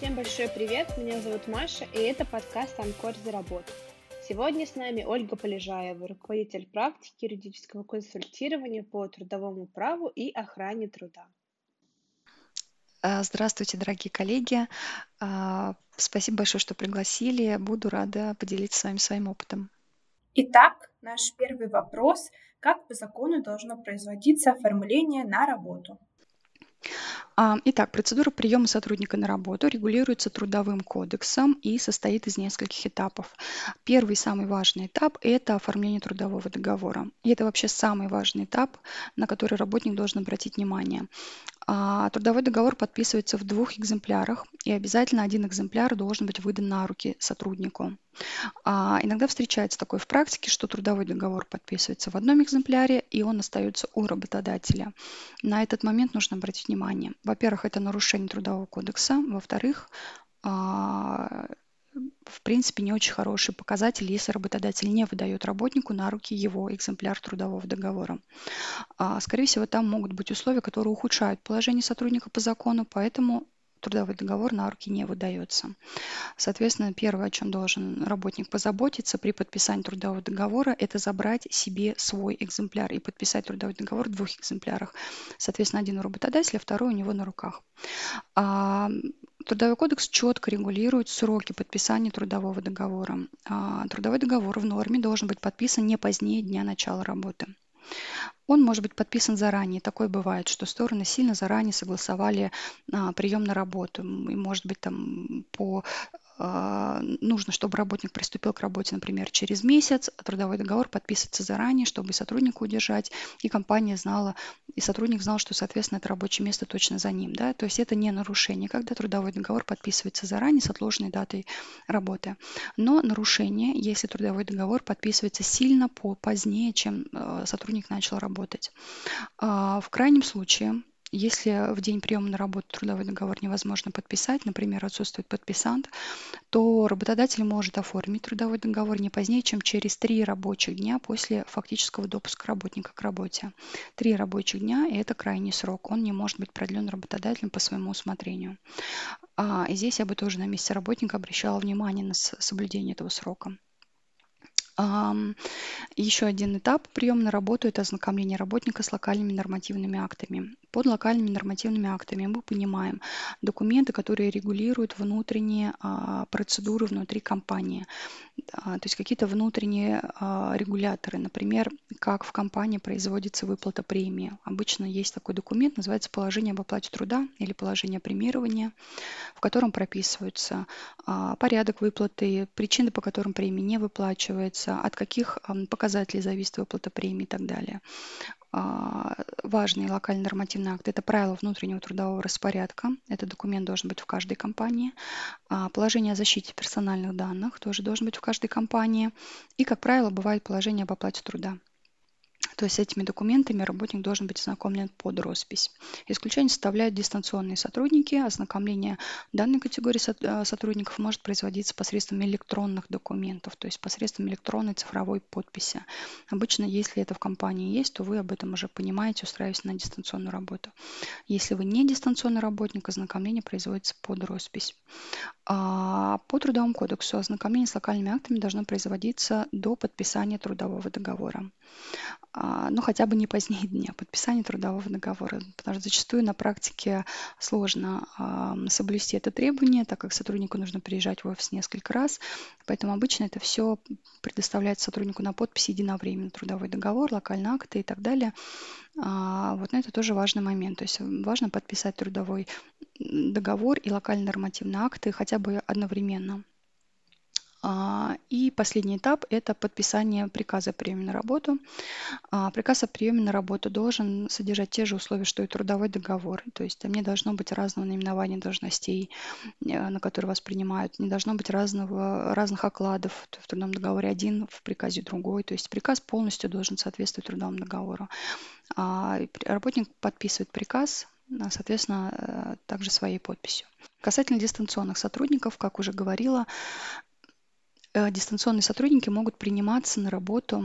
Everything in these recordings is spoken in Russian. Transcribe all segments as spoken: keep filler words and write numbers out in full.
Всем большой привет, меня зовут Маша, и это подкаст «Анкор за работу». Сегодня с нами Ольга Полежаева, руководитель практики юридического консультирования по трудовому праву и охране труда. А, Здравствуйте, дорогие коллеги. А, Спасибо большое, что пригласили. Буду рада поделиться с вами своим опытом. Итак, наш первый вопрос. Как по закону должно производиться оформление на работу? А, Итак, процедура приема сотрудника на работу регулируется Трудовым кодексом и состоит из нескольких этапов. Первый, самый важный этап– это оформление трудового договора. И это вообще самый важный этап, на который работник должен обратить внимание. А, Трудовой договор подписывается в двух экземплярах, и обязательно один экземпляр должен быть выдан на руки сотруднику. А, Иногда встречается такое в практике, что трудовой договор подписывается в одном экземпляре, и он остается у работодателя. На этот момент нужно обратить внимание. Во-первых, это нарушение Трудового кодекса. Во-вторых, а, в принципе, не очень хороший показатель, если работодатель не выдает работнику на руки его экземпляр трудового договора. А, Скорее всего, там могут быть условия, которые ухудшают положение сотрудника по закону, поэтому трудовой договор на руки не выдается. Соответственно, первое, о чем должен работник позаботиться при подписании трудового договора, это забрать себе свой экземпляр и подписать трудовой договор в двух экземплярах. Соответственно, один у работодателя, второй у него на руках. А, Трудовой кодекс четко регулирует сроки подписания трудового договора. А, Трудовой договор в норме должен быть подписан не позднее дня начала работы. Он может быть подписан заранее. Такое бывает, что стороны сильно заранее согласовали а, прием на работу. И, может быть, там по а, нужно, чтобы работник приступил к работе, например, через месяц. Трудовой договор подписывается заранее, чтобы и сотрудника удержать, и компания знала, и сотрудник знал, что, соответственно, это рабочее место точно за ним. Да? То есть это не нарушение, когда трудовой договор подписывается заранее с отложенной датой работы. Но нарушение, если трудовой договор подписывается сильно по позднее, чем э, сотрудник начал работать. А, В крайнем случае, если в день приема на работу трудовой договор невозможно подписать, например, отсутствует подписант, то работодатель может оформить трудовой договор не позднее, чем через три рабочих дня после фактического допуска работника к работе. Три рабочих дня– и это крайний срок. Он не может быть продлен работодателем по своему усмотрению. А и здесь я бы тоже на месте работника обращала внимание на с- соблюдение этого срока. Ам, Еще один этап приема на работу– это ознакомление работника с локальными нормативными актами. Под локальными нормативными актами мы понимаем документы, которые регулируют внутренние а, процедуры внутри компании. А, То есть какие-то внутренние а, регуляторы, например, как в компании производится выплата премии. Обычно есть такой документ, называется «Положение об оплате труда» или «Положение премирования», в котором прописываются а, порядок выплаты, причины, по которым премия не выплачивается, от каких ам, показателей зависит выплата премии и так далее. А, Важный локальный нормативный акт– это правила внутреннего трудового распорядка. Этот документ должен быть в каждой компании. А, Положение о защите персональных данных тоже должен быть в каждой компании. И, как правило, бывает положение об оплате труда. То есть с этими документами работник должен быть ознакомлен под роспись. Исключение составляют дистанционные сотрудники. Ознакомление данной категории со- э, сотрудников может производиться посредством электронных документов, то есть посредством электронной цифровой подписи. Обычно, если это в компании есть, то вы об этом уже понимаете, устраиваясь на дистанционную работу. Если вы не дистанционный работник, ознакомление производится под роспись. А По Трудовому кодексу ознакомление с локальными актами должно производиться до подписания трудового договора. А, ну, хотя бы не позднее дня подписания трудового договора, потому что зачастую на практике сложно ам, соблюсти это требование, так как сотруднику нужно приезжать в офис несколько раз, поэтому обычно это все предоставляется сотруднику на подпись единовременно, трудовой договор, локальные акты и так далее. А, Вот, но это тоже важный момент, то есть важно подписать трудовой м, договор и локальные нормативные акты хотя бы одновременно. А, И последний этап– это подписание приказа о приеме на работу. А, Приказ о приеме на работу должен содержать те же условия, что и трудовой договор. То есть там не должно быть разного наименования должностей, э, на которые вас принимают, не должно быть разного, разных окладов. В трудовом договоре один, в приказе другой. То есть приказ полностью должен соответствовать трудовому договору. А, и при- Работник подписывает приказ, а, соответственно, э, также своей подписью. Касательно дистанционных сотрудников, как уже говорила, э, дистанционные сотрудники могут приниматься на работу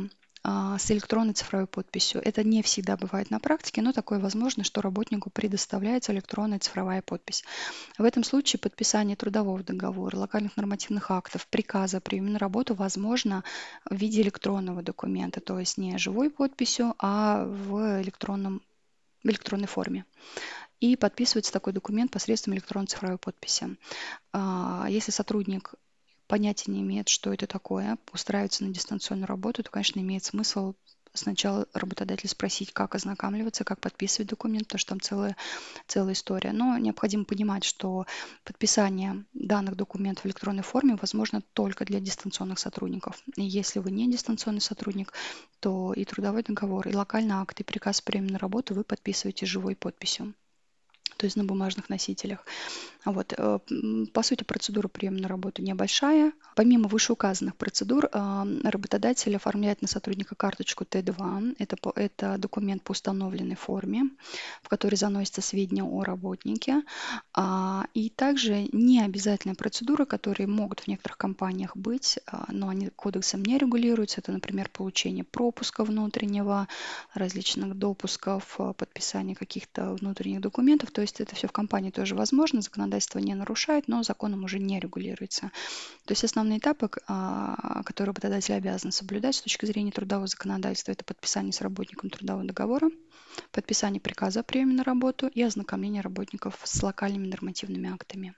а, с электронной цифровой подписью. Это не всегда бывает на практике, но такое возможно, что работнику предоставляется электронная цифровая подпись. В этом случае подписание трудового договора, локальных нормативных актов, приказа о приеме на работу возможно в виде электронного документа, то есть не живой подписью, а в электронном, в электронной форме. И подписывается такой документ посредством электронной цифровой подписи. А, Если сотрудник понятия не имеет, что это такое, устраивается на дистанционную работу, то, конечно, имеет смысл сначала работодателя спросить, как ознакомливаться, как подписывать документ, потому что там целая, целая история. Но необходимо понимать, что подписание данных документов в электронной форме возможно только для дистанционных сотрудников. И если вы не дистанционный сотрудник, то и трудовой договор, и локальный акт, и приказ о приеме на работу вы подписываете живой подписью, то есть на бумажных носителях. Вот. э, м, По сути, процедура приема на работу небольшая. Помимо вышеуказанных процедур, а, работодатель оформляет на сотрудника карточку Т два. Это, по- это документ по установленной форме, в который заносятся сведения о работнике. А, И также не обязательная процедура, которые могут в некоторых компаниях быть, а, но они кодексом не регулируются. Это, например, получение пропуска внутреннего, различных допусков, а, подписание каких-то внутренних документов. То есть это все в компании тоже возможно, законодательство не нарушает, но законом уже не регулируется. То есть основные этапы, к- а, которые работодатель обязан соблюдать с точки зрения трудового законодательства, это подписание с работником трудового договора, подписание приказа о приеме на работу и ознакомление работников с локальными нормативными актами.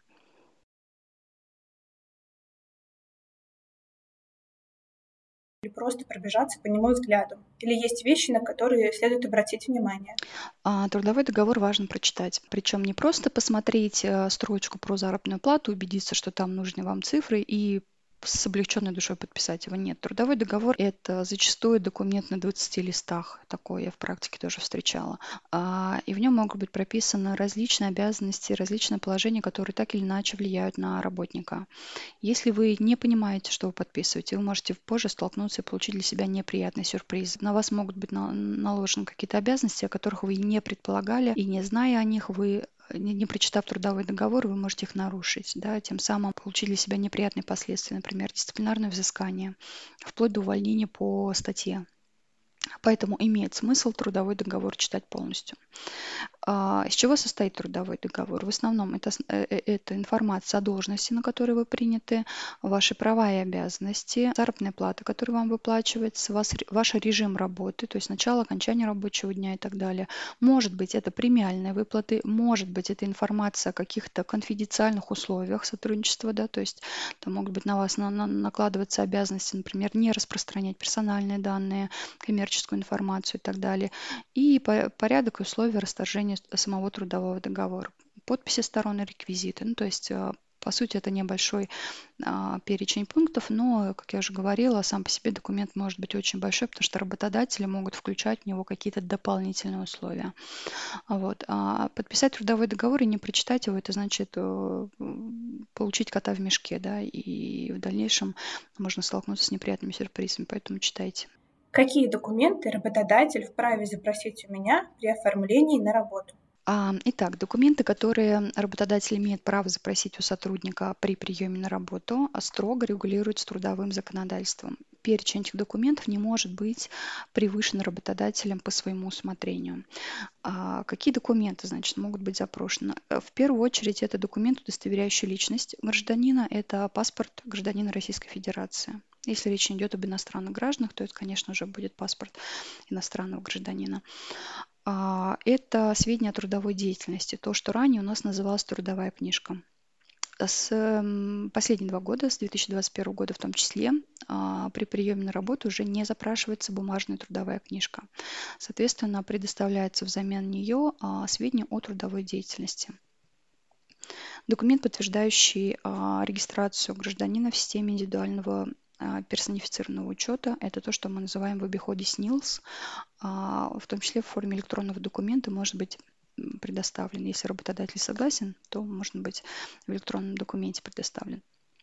Или просто пробежаться по нему взглядом? Или есть вещи, на которые следует обратить внимание? А, Трудовой договор важно прочитать. Причем не просто посмотреть э, строчку про заработную плату, убедиться, что там нужны вам цифры и с облегченной душой подписать его. Нет, трудовой договор– это зачастую документ на двадцати листах. Такое я в практике тоже встречала. А, И в нем могут быть прописаны различные обязанности, различные положения, которые так или иначе влияют на работника. Если вы не понимаете, что вы подписываете, вы можете позже столкнуться и получить для себя неприятный сюрприз. На вас могут быть на- наложены какие-то обязанности, о которых вы и не предполагали, и не зная о них, вы не, не прочитав трудовой договор, вы можете их нарушить, да, тем самым получить для себя неприятные последствия, например, дисциплинарное взыскание, вплоть до увольнения по статье. Поэтому имеет смысл трудовой договор читать полностью. А, Из чего состоит трудовой договор? В основном это, с- э, э, это информация о должности, на которой вы приняты, ваши права и обязанности, заработная плата, которая вам выплачивается, вас, ре- ваш режим работы, то есть начало, окончание рабочего дня и так далее. Может быть, это премиальные выплаты, может быть, это информация о каких-то конфиденциальных условиях сотрудничества, да, то есть там могут быть на вас на- на- накладываться обязанности, например, не распространять персональные данные, коммерческую информацию и так далее и по- порядок и условия расторжения с- самого трудового договора. Подписи сторон и реквизиты. Ну, то есть, а, по сути, это небольшой а, перечень пунктов, но, как я уже говорила, сам по себе документ может быть очень большой, потому что работодатели могут включать в него какие-то дополнительные условия. А Вот. А подписать трудовой договор и не прочитать его, это значит э, м, получить кота в мешке, да, и в дальнейшем можно столкнуться с неприятными сюрпризами, поэтому читайте. Какие документы работодатель вправе запросить у меня при оформлении на работу? А, Итак, документы, которые работодатель имеет право запросить у сотрудника при приеме на работу, а, строго регулируются трудовым законодательством. Перечень этих документов не может быть превышен работодателем по своему усмотрению. А Какие документы, значит, могут быть запрошены? Э, В первую очередь это документ, удостоверяющий личность гражданина, это паспорт гражданина Российской Федерации. Если речь идет об иностранных гражданах, то это, конечно же, будет паспорт иностранного гражданина. А, Это сведения о трудовой деятельности, то, что ранее у нас называлось трудовая книжка. С м, последние два года, с две тысячи двадцать первого года в том числе, а, при приеме на работу уже не запрашивается бумажная трудовая книжка. Соответственно, предоставляется взамен нее а, сведения о трудовой деятельности. Документ, подтверждающий а, регистрацию гражданина в системе индивидуального а, персонифицированного учета, это то, что мы называем в обиходе СНИЛС, а, в том числе в форме электронного документа может быть м, предоставлен. Если работодатель согласен, то может быть в электронном документе предоставлен.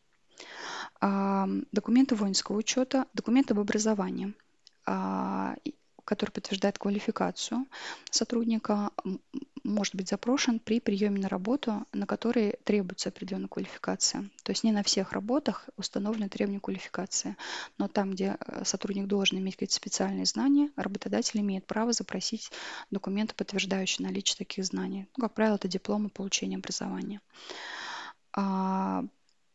А, Документы воинского учета, документы об образовании, а, и- который подтверждает квалификацию сотрудника, м, может быть запрошен при приеме на работу, на которой требуется определенная квалификация. То есть не на всех работах установлены требования квалификации, но там, где э, сотрудник должен иметь какие-то специальные знания, работодатель имеет право запросить документы, подтверждающие наличие таких знаний. Ну, как правило, это диплом о получении образования. А,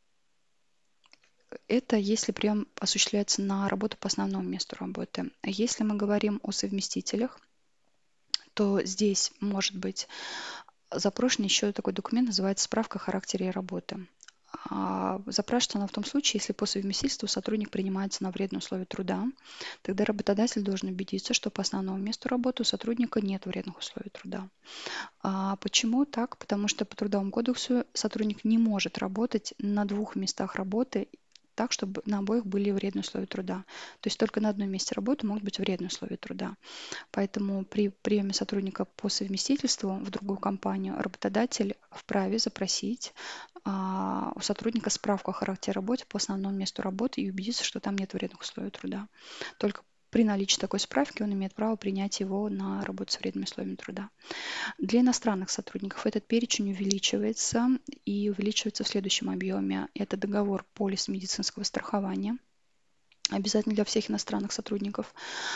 Это если прием осуществляется на работу по основному месту работы. Если мы говорим о совместителях, то здесь может быть запрошен еще такой документ, называется справка о характере работы. А, Запрашивается она в том случае, если по совместительству сотрудник принимается на вредные условия труда, тогда работодатель должен убедиться, что по основному месту работы у сотрудника нет вредных условий труда. А почему так? Потому что по Трудовому кодексу сотрудник не может работать на двух местах работы так, чтобы на обоих были вредные условия труда. То есть только на одном месте работы могут быть вредные условия труда. Поэтому при приеме сотрудника по совместительству в другую компанию работодатель вправе запросить а, у сотрудника справку о характере работы по основному месту работы и убедиться, что там нет вредных условий труда. Только при наличии такой справки он имеет право принять его на работу с вредными условиями труда. Для иностранных сотрудников этот перечень увеличивается и увеличивается в следующем объеме. Это договор полис медицинского страхования, обязательно для всех иностранных сотрудников.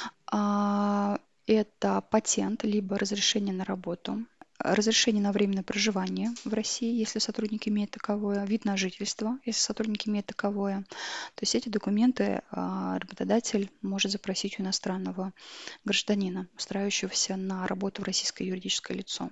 А, Это патент, либо разрешение на работу, разрешение на временное проживание в России, если сотрудник имеет таковое, вид на жительство, если сотрудник имеет таковое. То есть эти документы а, работодатель может запросить у иностранного гражданина, устраивающегося на работу в российское юридическое лицо.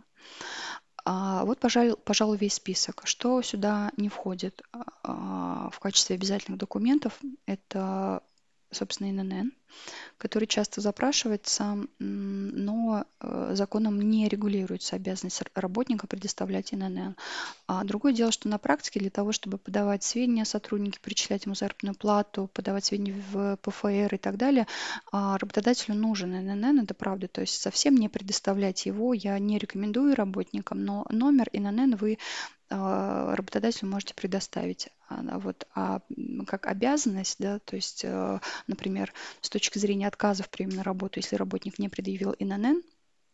А, Вот, пожалуй, пожалуй, весь список. Что сюда не входит а, в качестве обязательных документов, это, собственно, эн эн эн, который часто запрашивается, м, но э, законом не регулируется обязанность р- работника предоставлять эн эн эн. А другое дело, что на практике для того, чтобы подавать сведения о сотруднике, перечислять ему заработную плату, подавать сведения в пэ эф эр и так далее, а, работодателю нужен эн эн эн, это правда. То есть совсем не предоставлять его я не рекомендую работникам, но номер эн эн эн вы а, работодателю можете предоставить. А, Вот, а м, как обязанность, да, то есть, э, например, с точки зрения отказа в приеме на работу, если работник не предъявил эн эн эн,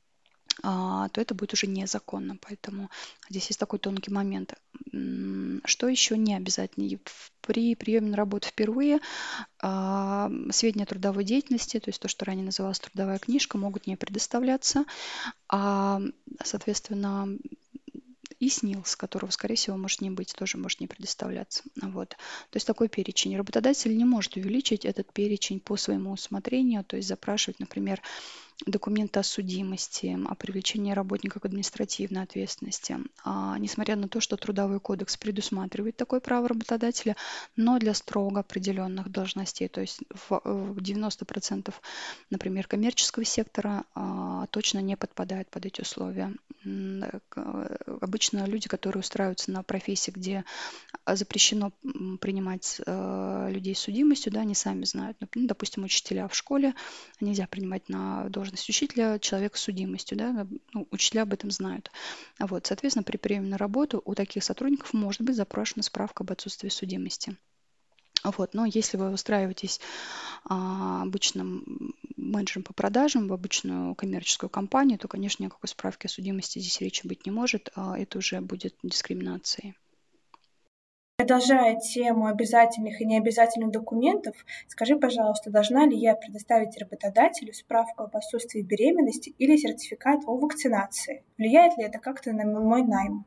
а, то это будет уже незаконно. Поэтому здесь есть такой тонкий момент. М, Что еще не обязательно? И в- При приеме на работу впервые а, сведения о трудовой деятельности, то есть то, что ранее называлось трудовая книжка, могут не предоставляться. А, соответственно, и СНИЛС, которого, скорее всего, может не быть, тоже может не предоставляться. Вот. То есть такой перечень. Работодатель не может увеличить этот перечень по своему усмотрению, то есть запрашивать, например, документы о судимости, о привлечении работника к административной ответственности. А, несмотря на то, что Трудовой кодекс предусматривает такое право работодателя, но для строго определенных должностей, то есть в, в девяносто процентов, например, коммерческого сектора а, точно не подпадает под эти условия. М, э, к- Обычно люди, которые устраиваются на профессии, где а, запрещено м, принимать э, людей с судимостью, да, они сами знают. Ну, допустим, учителя в школе, нельзя принимать на должность учителя человека с судимостью, да, ну, учителя об этом знают. А Вот, соответственно, при приеме на работу у таких сотрудников может быть запрошена справка об отсутствии судимости. Вот, но если вы устраиваетесь а, обычным менеджером по продажам в обычную коммерческую компанию, то, конечно, никакой справки о судимости здесь речи быть не может, а это уже будет дискриминацией. Продолжая тему обязательных и необязательных документов, скажи, пожалуйста, должна ли я предоставить работодателю справку об отсутствии беременности или сертификат о вакцинации? Влияет ли это как-то на мой найм?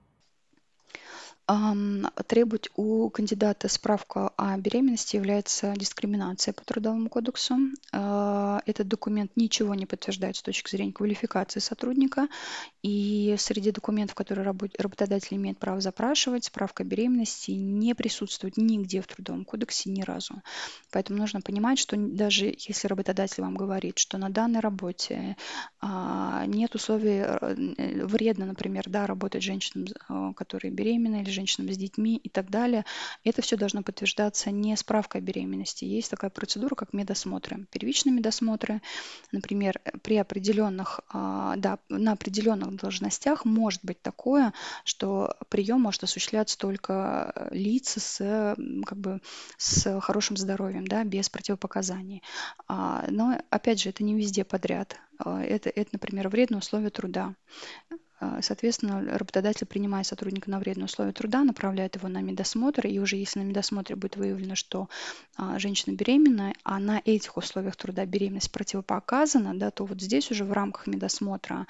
Ам, Требовать у кандидата справку о беременности является дискриминацией по Трудовому кодексу. А, Этот документ ничего не подтверждает с точки зрения квалификации сотрудника. И среди документов, которые рабо- работодатель имеет право запрашивать, справка о беременности не присутствует нигде в Трудовом кодексе ни разу. Поэтому нужно понимать, что н- даже если работодатель вам говорит, что на данной работе а, нет условий, э, э, вредно, например, да, работать женщинам, э, которые беременны, или женщинам с детьми и так далее, это все должно подтверждаться не справкой о беременности. Есть такая процедура, как медосмотры. Первичные медосмотры, например, э, при определенных, а, да, на определенных должностях может быть такое, что прием может осуществляться только э, лица с, э, м, как бы, с хорошим здоровьем, да, без противопоказаний. А, Но, опять же, это не везде подряд. А, Это, это, например, вредные условия труда. Соответственно, работодатель, принимая сотрудника на вредные условия труда, направляет его на медосмотр, и уже если на медосмотре будет выявлено, что женщина беременна, а на этих условиях труда беременность противопоказана, да, то вот здесь уже в рамках медосмотра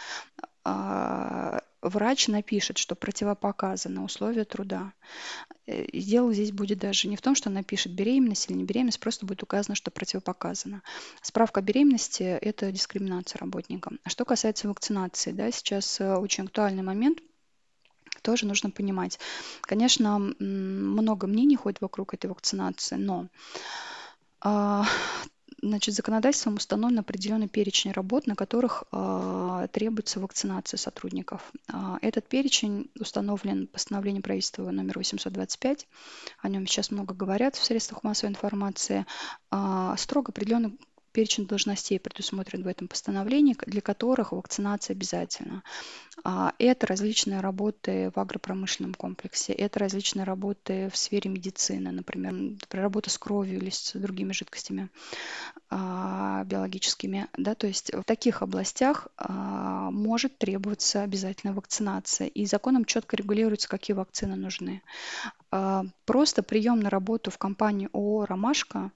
врач напишет, что противопоказаны условия труда. И дело здесь будет даже не в том, что напишет беременность или не беременность, просто будет указано, что противопоказано. Справка о беременности – это дискриминация работника. А что касается вакцинации, да, сейчас очень актуальный момент, тоже нужно понимать. Конечно, много мнений ходит вокруг этой вакцинации, но Значит, законодательством установлен определенный перечень работ, на которых э, требуется вакцинация сотрудников. Э, этот перечень установлен постановлением правительства номер восемьсот двадцать пять. О нем сейчас много говорят в средствах массовой информации. Э, строго определенный перечень должностей предусмотрен в этом постановлении, для которых вакцинация обязательна. Это различные работы в агропромышленном комплексе, это различные работы в сфере медицины, например, работа с кровью или с другими жидкостями биологическими. Да, то есть в таких областях может требоваться обязательная вакцинация, и законом четко регулируется, какие вакцины нужны. Просто прием на работу в компанию ООО «Ромашка»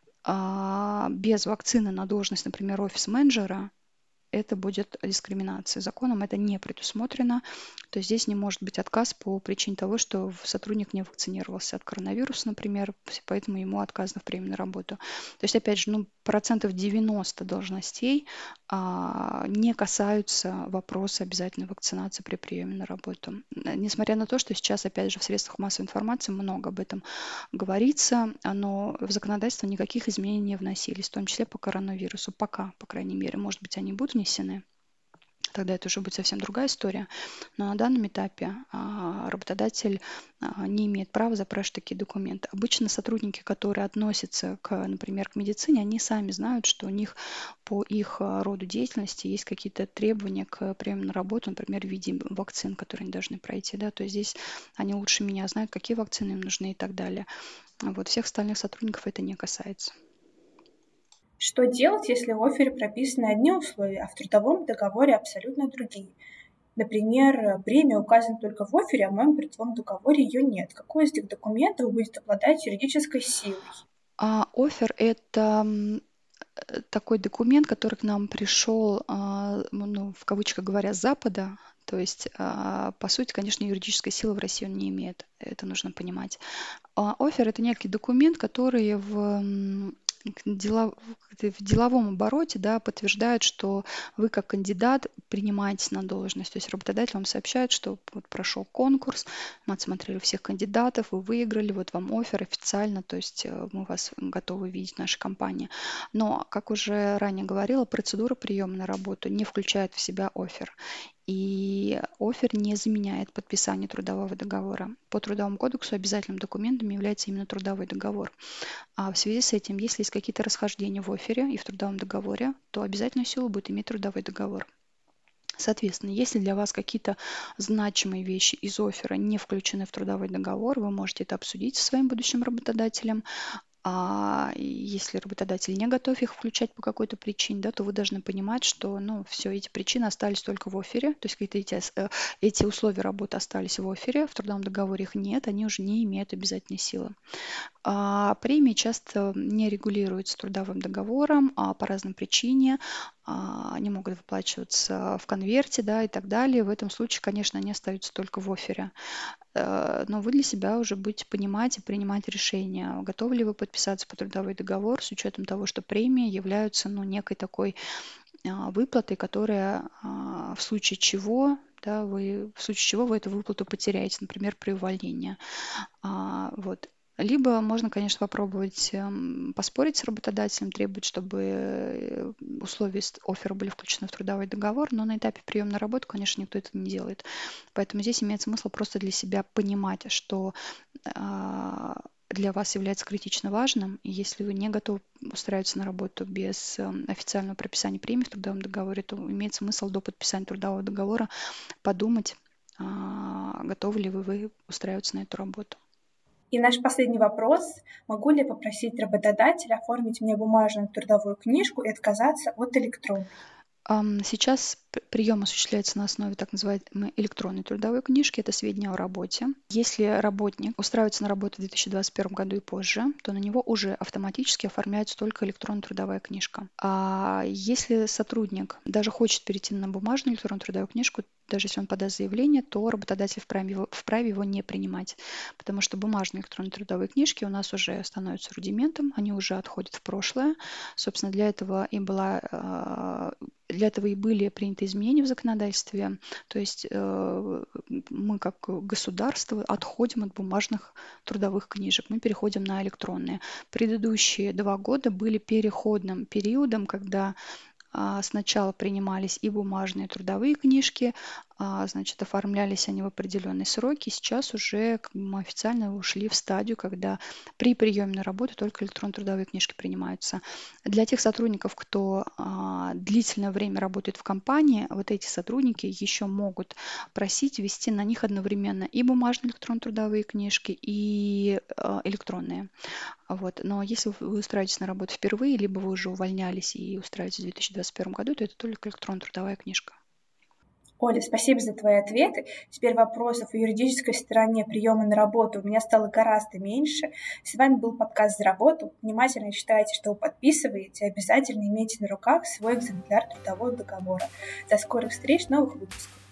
без вакцины на должность, например, офис-менеджера, это будет дискриминация. Законом это не предусмотрено. То есть здесь не может быть отказ по причине того, что сотрудник не вакцинировался от коронавируса, например, поэтому ему отказано в приеме на работу. То есть, опять же, ну, процентов девяносто должностей а, не касаются вопроса обязательной вакцинации при приеме на работу. Несмотря на то, что сейчас, опять же, в средствах массовой информации много об этом говорится, но в законодательство никаких изменений не вносились, в том числе по коронавирусу. Пока, по крайней мере. Может быть, они будут внесены. Тогда это уже будет совсем другая история. Но на данном этапе а, работодатель а, не имеет права запрашивать такие документы. Обычно сотрудники, которые относятся, к, например, к медицине, они сами знают, что у них по их роду деятельности есть какие-то требования к приему на работу, например, в виде вакцин, которые они должны пройти. Да? То есть здесь они лучше меня знают, какие вакцины им нужны и так далее. Вот. Всех остальных сотрудников это не касается. Что делать, если в оффере прописаны одни условия, а в трудовом договоре абсолютно другие? Например, премия указана только в оффере, а в моем трудовом договоре ее нет. Какой из этих документов будет обладать юридической силой? А, оффер – это такой документ, который к нам пришел, ну, в кавычках говоря, с Запада. То есть, по сути, конечно, юридической силы в России он не имеет. Это нужно понимать. Оффер – это некий документ, который в Делов... в деловом обороте, да, подтверждает, что вы как кандидат принимаетесь на должность. То есть работодатель вам сообщает, что вот прошел конкурс, мы отсмотрели всех кандидатов, вы выиграли, вот вам оффер официально, то есть мы вас готовы видеть в нашей компании. Но, как уже ранее говорила, процедура приема на работу не включает в себя оффер. И оффер не заменяет подписание трудового договора. По Трудовому кодексу обязательным документом является именно трудовой договор. А в связи с этим, если есть какие-то расхождения в оффере и в трудовом договоре, то обязательную силу будет иметь трудовой договор. Соответственно, если для вас какие-то значимые вещи из оффера не включены в трудовой договор, вы можете это обсудить со своим будущим работодателем. А если работодатель не готов их включать по какой-то причине, да, то вы должны понимать, что, ну, все эти причины остались только в оффере, то есть какие-то эти, эти условия работы остались в оффере, в трудовом договоре их нет, они уже не имеют обязательной силы. А премии часто не регулируются трудовым договором а по разным причинам. Они могут выплачиваться в конверте, да, и так далее. В этом случае, конечно, они остаются только в оффере. Но вы для себя уже будете понимать и принимать решение, готовы ли вы подписаться под трудовой договор с учетом того, что премии являются, ну, некой такой выплатой, которая в случае чего, да, вы, в случае чего вы эту выплату потеряете, например, при увольнении. Вот. Либо можно, конечно, попробовать поспорить с работодателем, требовать, чтобы условия оффера были включены в трудовой договор, но на этапе приема на работу, конечно, никто это не делает. Поэтому здесь имеет смысл просто для себя понимать, что для вас является критично важным, и если вы не готовы устраиваться на работу без официального прописания премии в трудовом договоре, то имеет смысл до подписания трудового договора подумать, готовы ли вы, вы устраиваться на эту работу. И наш последний вопрос. Могу ли я попросить работодателя оформить мне бумажную трудовую книжку и отказаться от электронной? Сейчас Прием осуществляется на основе так называемой электронной трудовой книжки. Это сведения о работе. Если работник устраивается на работу в две тысячи двадцать первом году и позже, то на него уже автоматически оформляется только электронная трудовая книжка. А если сотрудник даже хочет перейти на бумажную электронную трудовую книжку, даже если он подаст заявление, то работодатель вправе его, вправе его не принимать, потому что бумажные электронные трудовые книжки у нас уже становятся рудиментом, они уже отходят в прошлое. Собственно, для этого и была, для этого и были приняты изменения в законодательстве. То есть мы как государство отходим от бумажных трудовых книжек, мы переходим на электронные. Предыдущие два года были переходным периодом, когда сначала принимались и бумажные трудовые книжки, значит, оформлялись они в определенные сроки. Сейчас уже мы официально ушли в стадию, когда при приеме на работу только электронные трудовые книжки принимаются. Для тех сотрудников, кто длительное время работает в компании, вот эти сотрудники еще могут просить ввести на них одновременно и бумажные электронные трудовые книжки, и электронные. Вот. Но если вы устраиваетесь на работу впервые, либо вы уже увольнялись и устраиваетесь в две тысячи двадцать первом году, то это только электронная трудовая книжка. Оля, спасибо за твои ответы. Теперь вопросов о юридической стороне приема на работу у меня стало гораздо меньше. С вами был подкаст «За работу». Внимательно читайте, что вы подписываете. Обязательно имейте на руках свой экземпляр трудового договора. До скорых встреч, новых выпусков.